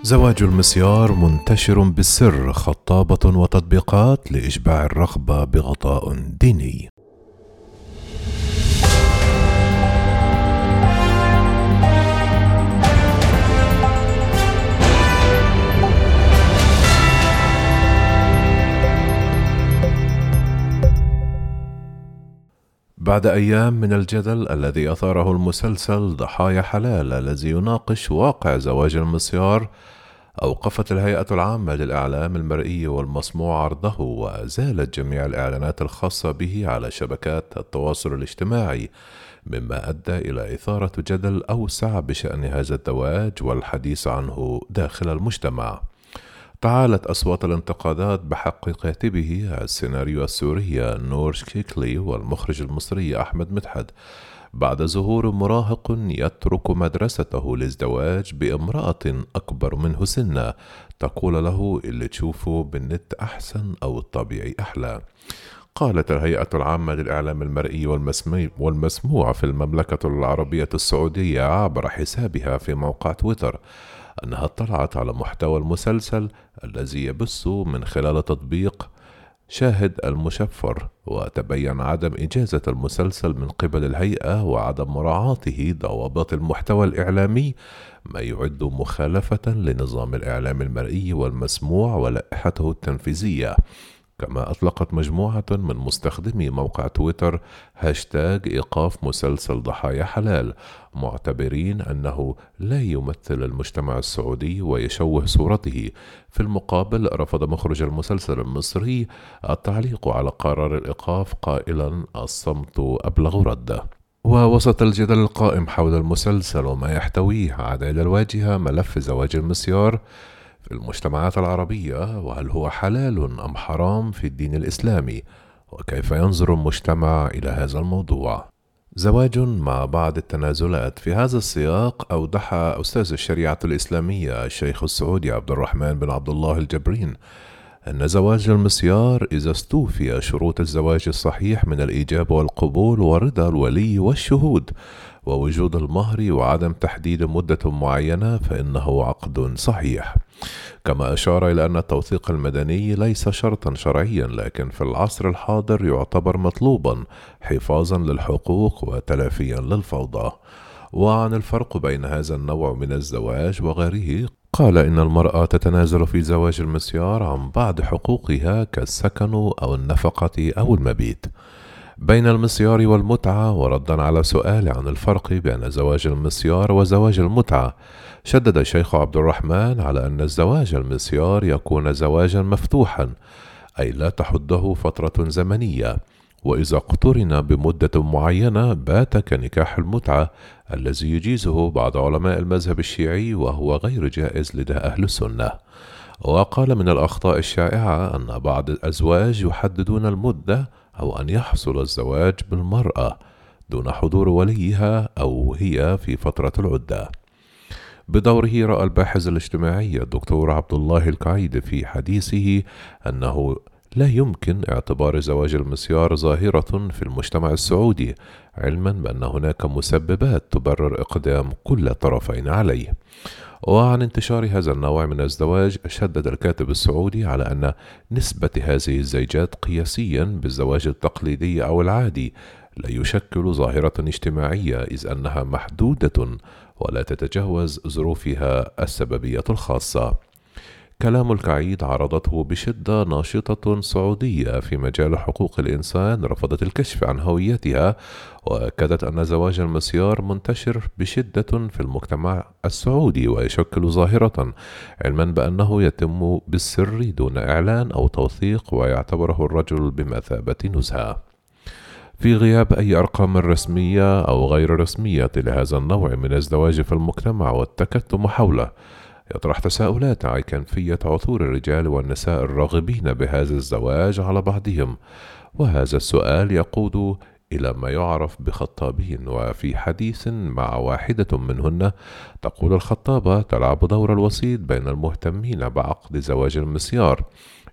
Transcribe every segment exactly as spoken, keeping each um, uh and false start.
زواج المسيار منتشر بالسر، خطابة وتطبيقات لإشباع الرغبة بغطاء ديني. بعد أيام من الجدل الذي أثاره المسلسل ضحايا حلال الذي يناقش واقع زواج المسيار، أوقفت الهيئة العامة للإعلام المرئي والمسموع عرضه، وأزالت جميع الإعلانات الخاصة به على شبكات التواصل الاجتماعي، مما أدى إلى إثارة جدل أوسع بشأن هذا الزواج والحديث عنه داخل المجتمع. تعالت أصوات الانتقادات بحق كاتبه السيناريو السوري نور شكيكلي والمخرج المصري أحمد مدحت بعد ظهور مراهق يترك مدرسته للزواج بامرأة أكبر منه سنا، تقول له اللي تشوفه بالنت أحسن أو الطبيعي أحلى. قالت الهيئة العامة للإعلام المرئي والمسموع في المملكة العربية السعودية عبر حسابها في موقع تويتر أنها اطلعت على محتوى المسلسل الذي يبث من خلال تطبيق شاهد المشفر، وتبين عدم إجازة المسلسل من قبل الهيئة وعدم مراعاته ضوابط المحتوى الإعلامي، ما يعد مخالفة لنظام الإعلام المرئي والمسموع ولائحته التنفيذية. كما أطلقت مجموعة من مستخدمي موقع تويتر هاشتاج إيقاف مسلسل ضحايا حلال، معتبرين أنه لا يمثل المجتمع السعودي ويشوه صورته. في المقابل رفض مخرج المسلسل المصري التعليق على قرار الإيقاف قائلا الصمت أبلغ رده. ووسط الجدل القائم حول المسلسل وما يحتويه عاد إلى الواجهة ملف زواج المسيار في المجتمعات العربية، وهل هو حلال أم حرام في الدين الإسلامي، وكيف ينظر المجتمع إلى هذا الموضوع. زواج مع بعض التنازلات. في هذا السياق أوضح أستاذ الشريعة الإسلامية الشيخ السعودي عبد الرحمن بن عبد الله الجبرين أن زواج المسيار إذا استوفي شروط الزواج الصحيح من الإيجاب والقبول ورضا الولي والشهود ووجود المهر وعدم تحديد مدة معينة فإنه عقد صحيح. كما أشار إلى أن التوثيق المدني ليس شرطا شرعيا، لكن في العصر الحاضر يعتبر مطلوبا حفاظا للحقوق وتلافيا للفوضى. وعن الفرق بين هذا النوع من الزواج وغيره، قال إن المرأة تتنازل في زواج المسيار عن بعض حقوقها كالسكن أو النفقة أو المبيت بين المسيار والمتعة. وردا على سؤال عن الفرق بين زواج المسيار وزواج المتعة، شدد الشيخ عبد الرحمن على أن الزواج المسيار يكون زواجا مفتوحا، أي لا تحده فترة زمنية، وإذا اقترن بمدة معينة بات كنكاح المتعة الذي يجيزه بعض علماء المذهب الشيعي وهو غير جائز لدى أهل السنة. وقال من الأخطاء الشائعة أن بعض الأزواج يحددون المدة أو أن يحصل الزواج بالمرأة دون حضور وليها أو هي في فترة العدة. بدوره رأى الباحث الاجتماعي الدكتور عبد الله الكعيد في حديثه أنه لا يمكن اعتبار زواج المسيار ظاهرة في المجتمع السعودي، علما بأن هناك مسببات تبرر إقدام كل طرفين عليه. وعن انتشار هذا النوع من الزواج، شدد الكاتب السعودي على أن نسبة هذه الزيجات قياسيا بالزواج التقليدي أو العادي لا يشكل ظاهرة اجتماعية، إذ أنها محدودة ولا تتجاوز ظروفها السببية الخاصة. كلام الكعيد عرضته بشدة ناشطة سعودية في مجال حقوق الإنسان رفضت الكشف عن هويتها، وأكدت أن زواج المسيار منتشر بشدة في المجتمع السعودي ويشكل ظاهرة، علما بأنه يتم بالسر دون إعلان أو توثيق، ويعتبره الرجل بمثابة نزهة. في غياب أي أرقام رسمية أو غير رسمية لهذا النوع من الزواج في المجتمع والتكتم حوله، يطرح تساؤلات عن كيفية عثور الرجال والنساء الراغبين بهذا الزواج على بعضهم، وهذا السؤال يقود إلى ما يعرف بخطابين. وفي حديث مع واحدة منهن تقول الخطابة تلعب دور الوسيط بين المهتمين بعقد زواج المسيار،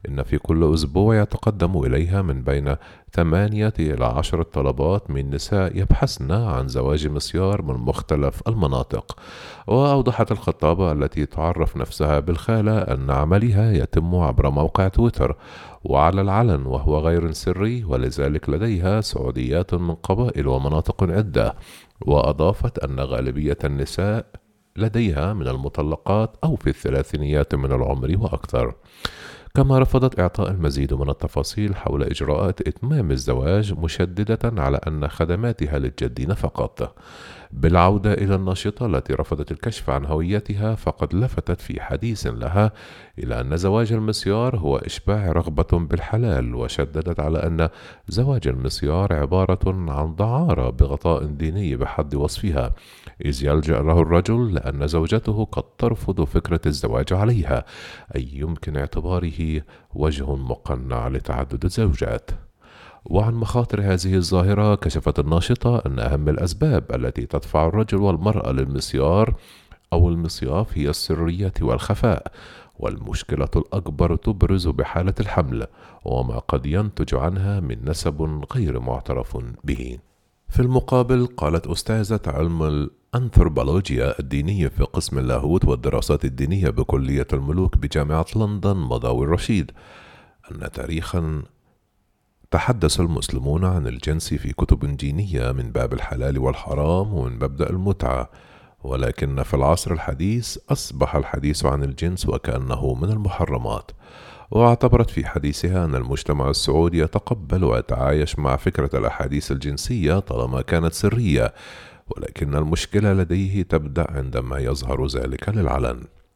إن في كل أسبوع يتقدم إليها من بين ثمانية إلى عشرة طلبات من نساء يبحثن عن زواج مسيار من مختلف المناطق. وأوضحت الخطابة التي تعرف نفسها بالخالة أن عملها يتم عبر موقع تويتر وعلى العلن وهو غير سري، ولذلك لديها سعوديات من قبائل ومناطق عدة. وأضافت أن غالبية النساء لديها من المطلقات أو في الثلاثينيات من العمر وأكثر. كما رفضت إعطاء المزيد من التفاصيل حول إجراءات إتمام الزواج، مشددة على أن خدماتها للجادين فقط. بالعودة إلى الناشطة التي رفضت الكشف عن هويتها، فقد لفتت في حديث لها إلى أن زواج المسيار هو إشباع رغبة بالحلال، وشددت على أن زواج المسيار عبارة عن دعارة بغطاء ديني بحد وصفها، إذ يلجأ له الرجل لأن زوجته قد ترفض فكرة الزواج عليها، أي يمكن اعتباره وجه مقنع لتعدد الزوجات. وعن مخاطر هذه الظاهرة، كشفت الناشطة أن أهم الأسباب التي تدفع الرجل والمرأة للمسيار أو المصياف هي السرية والخفاء، والمشكلة الأكبر تبرز بحالة الحمل وما قد ينتج عنها من نسب غير معترف به. في المقابل، قالت أستاذة علم الأنثروبولوجيا الدينية في قسم اللاهوت والدراسات الدينية بكلية الملوك بجامعة لندن مضاوي الرشيد أن تاريخا تحدث المسلمون عن الجنس في كتب دينية من باب الحلال والحرام ومن مبدأ المتعة، ولكن في العصر الحديث أصبح الحديث عن الجنس وكأنه من المحرمات. واعتبرت في حديثها أن المجتمع السعودي يتقبل ويتعايش مع فكرة الأحاديث الجنسية طالما كانت سرية، ولكن المشكلة لديه تبدأ عندما يظهر ذلك للعلن.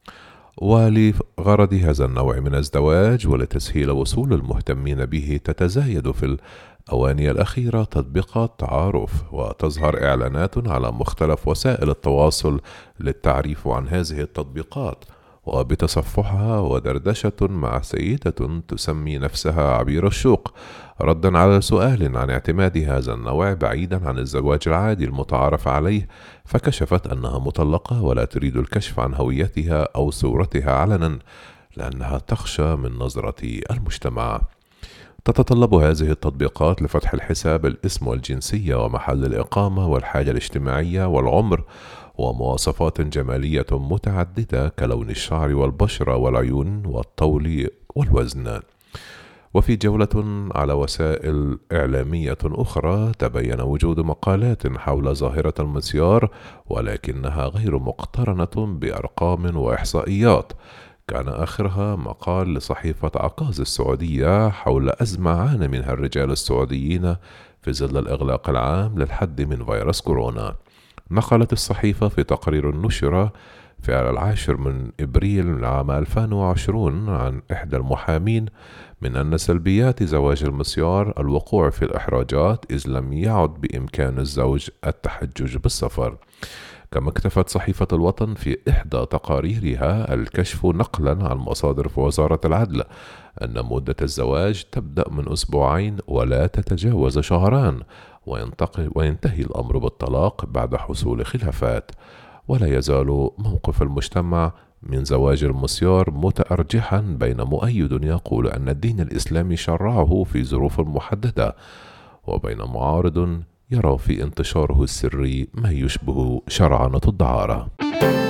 ولغرض هذا النوع من الزواج ولتسهيل وصول المهتمين به، تتزايد في الأواني الأخيرة تطبيقات تعارف، وتظهر إعلانات على مختلف وسائل التواصل للتعريف عن هذه التطبيقات، وبتصفحها ودردشة مع سيدة تسمي نفسها عبير الشوق، ردا على سؤال عن اعتماد هذا النوع بعيدا عن الزواج العادي المتعارف عليه، فكشفت أنها مطلقة ولا تريد الكشف عن هويتها أو صورتها علنا لأنها تخشى من نظرة المجتمع. تتطلب هذه التطبيقات لفتح الحساب الاسم والجنسية ومحل الإقامة والحاجة الاجتماعية والعمر ومواصفات جمالية متعددة كلون الشعر والبشرة والعيون والطول والوزن. وفي جولة على وسائل إعلامية أخرى، تبين وجود مقالات حول ظاهرة المسيار ولكنها غير مقترنة بأرقام وإحصائيات. كان آخرها مقال لصحيفة عكاظ السعودية حول أزمة عانى منها الرجال السعوديين في ظل الإغلاق العام للحد من فيروس كورونا. نقلت الصحيفة في تقرير نشر في العاشر من إبريل عام ألفين وعشرين عن إحدى المحامين من أن سلبيات زواج المسيار الوقوع في الإحراجات، إذ لم يعد بإمكان الزوج التحجج بالسفر. كما اكتفت صحيفة الوطن في إحدى تقاريرها الكشف نقلا عن مصادر في وزارة العدل أن مدة الزواج تبدأ من أسبوعين ولا تتجاوز شهران، وينتهي الأمر بالطلاق بعد حصول خلافات. ولا يزال موقف المجتمع من زواج المسيار متأرجحا بين مؤيد يقول أن الدين الإسلامي شرعه في ظروف محددة، وبين معارض يرى في انتشاره السري ما يشبه شرعنة الدعارة.